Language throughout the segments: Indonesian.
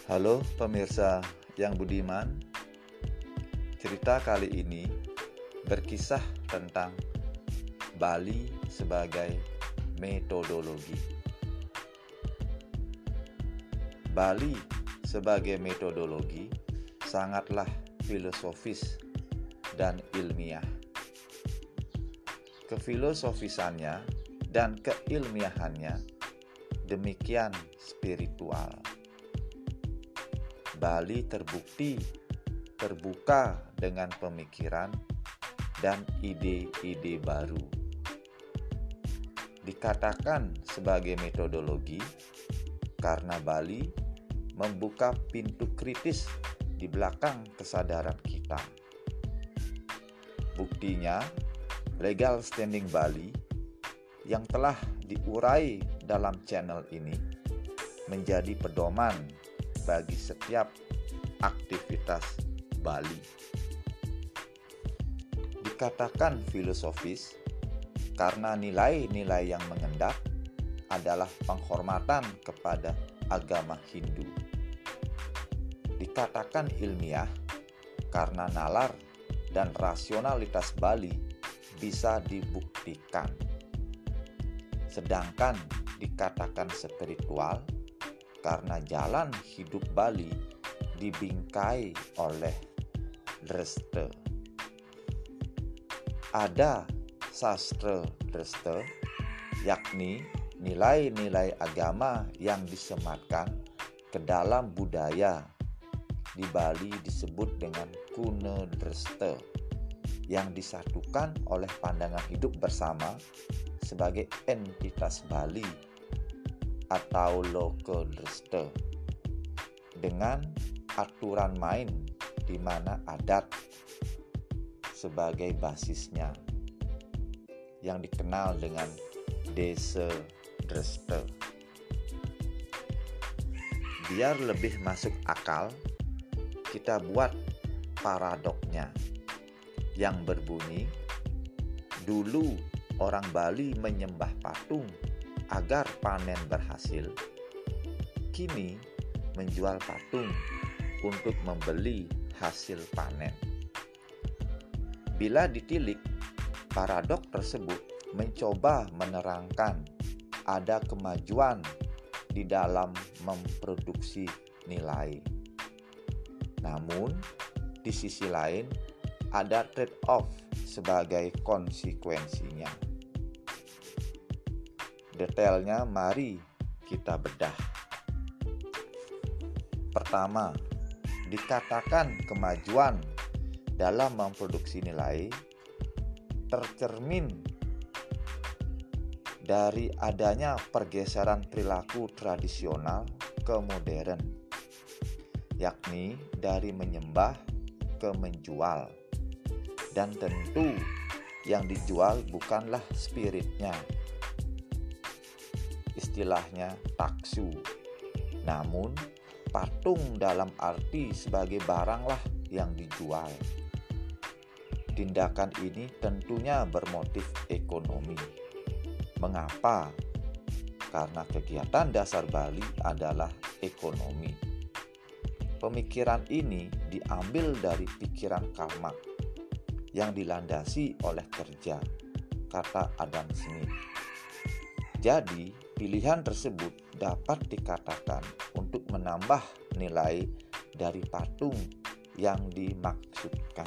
Halo pemirsa yang budiman, cerita kali ini berkisah tentang Bali sebagai metodologi. Bali sebagai metodologi sangatlah filosofis dan ilmiah. Kefilosofisannya dan keilmiahannya demikian spiritual. Bali terbukti terbuka dengan pemikiran dan ide-ide baru. Dikatakan sebagai metodologi karena Bali membuka pintu kritis di belakang kesadaran kita. Buktinya, legal standing Bali yang telah diurai dalam channel ini menjadi pedoman bagi setiap aktivitas Bali. Dikatakan filosofis karena nilai-nilai yang mengendap adalah penghormatan kepada agama Hindu. Dikatakan ilmiah karena nalar dan rasionalitas Bali bisa dibuktikan. Sedangkan dikatakan spiritual karena jalan hidup Bali dibingkai oleh Dresta. Ada sastra Dresta, yakni nilai-nilai agama yang disematkan ke dalam budaya. Di Bali disebut dengan Kuna Dresta, yang disatukan oleh pandangan hidup bersama sebagai entitas Bali atau Loka Dresta, dengan aturan main di mana adat sebagai basisnya, yang dikenal dengan Desa Dresta. Biar lebih masuk akal, kita buat paradoknya yang berbunyi, dulu orang Bali menyembah patung agar panen berhasil, kini menjual patung untuk membeli hasil panen. Bila ditilik, paradok tersebut mencoba menerangkan ada kemajuan di dalam memproduksi nilai. Namun, di sisi lain ada trade-off sebagai konsekuensinya. Detailnya mari kita bedah. Pertama, dikatakan kemajuan dalam memproduksi nilai tercermin dari adanya pergeseran perilaku tradisional ke modern, yakni dari menyembah ke menjual. Dan tentu yang dijual bukanlah spiritnya, istilahnya taksu, namun patung dalam arti sebagai baranglah yang dijual. Tindakan ini tentunya bermotif ekonomi. Mengapa? Karena kegiatan dasar Bali adalah ekonomi. Pemikiran ini diambil dari pikiran Karl Marx yang dilandasi oleh kerja, kata Adam Smith. Jadi, pilihan tersebut dapat dikatakan untuk menambah nilai dari patung yang dimaksudkan.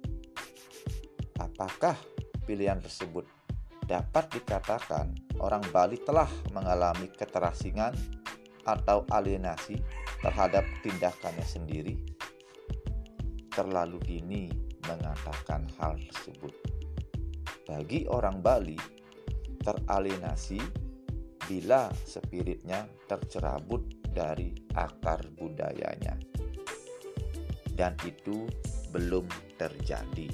Apakah pilihan tersebut dapat dikatakan orang Bali telah mengalami keterasingan atau alienasi terhadap tindakannya sendiri? Terlalu dini mengatakan hal tersebut. Bagi orang Bali, teralienasi bila spiritnya tercerabut dari akar budayanya. Dan itu belum terjadi.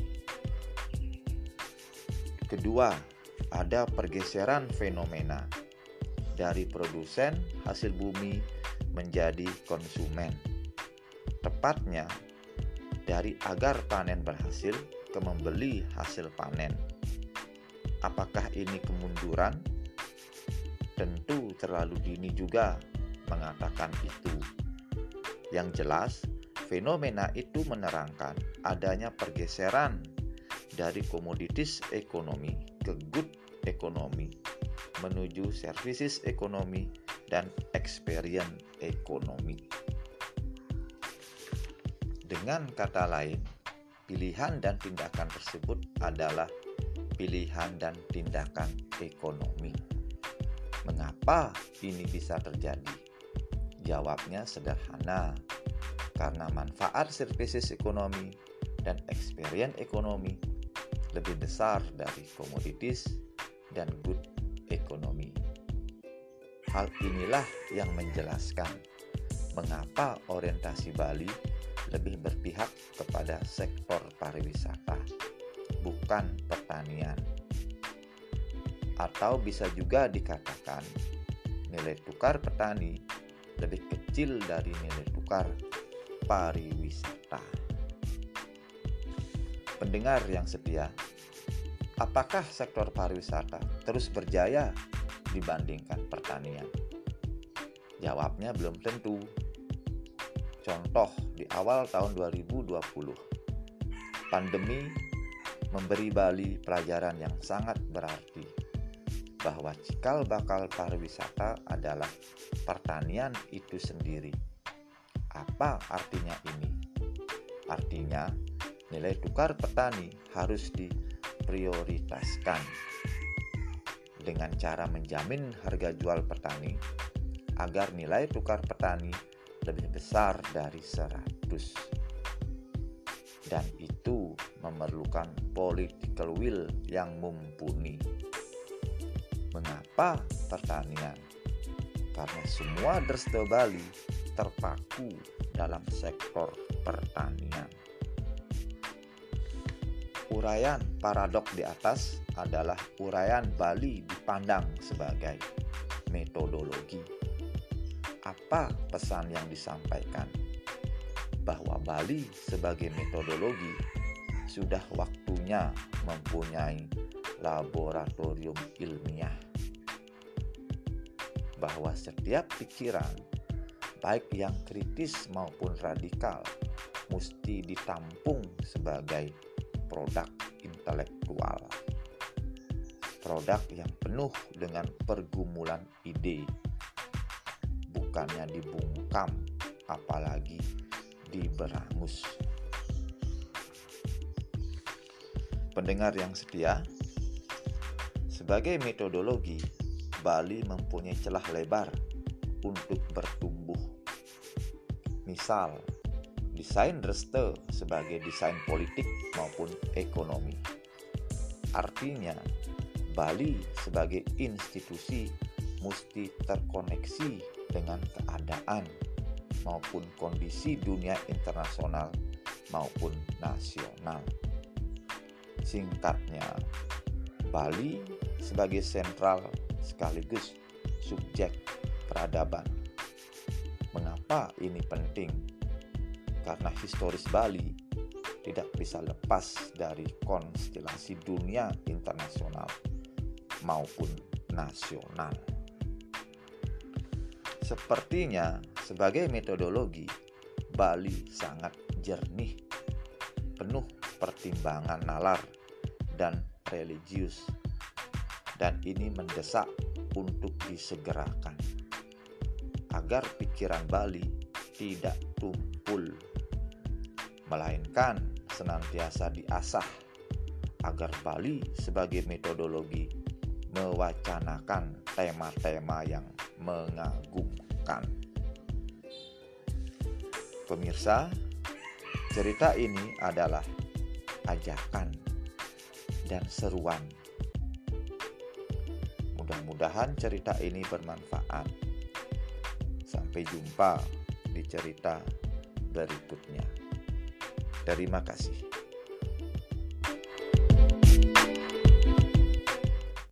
Kedua, ada pergeseran fenomena dari produsen hasil bumi menjadi konsumen. Tepatnya, dari agar panen berhasil ke membeli hasil panen. Apakah ini kemunduran? Tentu terlalu dini juga mengatakan itu. Yang jelas, fenomena itu menerangkan adanya pergeseran dari komoditis ekonomi ke good ekonomi menuju services ekonomi dan experience ekonomi. Dengan kata lain, pilihan dan tindakan tersebut adalah pilihan dan tindakan ekonomi. Mengapa ini bisa terjadi? Jawabnya sederhana, karena manfaat services ekonomi dan experience ekonomi lebih besar dari komoditis dan good ekonomi. Hal inilah yang menjelaskan mengapa orientasi Bali lebih berpihak kepada sektor pariwisata, bukan pertanian. Atau bisa juga dikatakan nilai tukar petani lebih kecil dari nilai tukar pariwisata. Pendengar yang setia, apakah sektor pariwisata terus berjaya dibandingkan pertanian? Jawabnya belum tentu. Contoh, di awal tahun 2020, pandemi memberi Bali pelajaran yang sangat berarti bahwa cikal bakal pariwisata adalah pertanian itu sendiri. Apa artinya ini? Artinya, nilai tukar petani harus diprioritaskan dengan cara menjamin harga jual petani agar nilai tukar petani lebih besar dari 100. Dan itu memerlukan political will yang mumpuni. Mengapa pertanian? Karena semua Dresta Bali terpaku dalam sektor pertanian. Uraian paradok di atas adalah uraian Bali dipandang sebagai metodologi. Apa pesan yang disampaikan? Bahwa Bali sebagai metodologi sudah waktunya mempunyai laboratorium ilmiah. Bahwa setiap pikiran, baik yang kritis maupun radikal, mesti ditampung sebagai produk intelektual. Produk yang penuh dengan pergumulan ide, bukannya dibungkam, apalagi diberangus. Pendengar yang setia, sebagai metodologi, Bali mempunyai celah lebar untuk bertumbuh. Misal, desain Dresta sebagai desain politik maupun ekonomi. Artinya, Bali sebagai institusi mesti terkoneksi dengan keadaan maupun kondisi dunia internasional maupun nasional. Singkatnya, Bali sebagai sentral sekaligus subjek peradaban. Mengapa ini penting? Karena historis Bali tidak bisa lepas dari konstelasi dunia internasional maupun nasional. Sepertinya sebagai metodologi, Bali sangat jernih, penuh pertimbangan nalar dan religius, dan ini mendesak untuk disegerakan agar pikiran Bali tidak tumpul, melainkan senantiasa diasah agar Bali sebagai metodologi mewacanakan tema-tema yang mengagumkan. Pemirsa, cerita ini adalah ajakan dan seruan. Mudah-mudahan cerita ini bermanfaat. Sampai jumpa di cerita berikutnya. Terima kasih.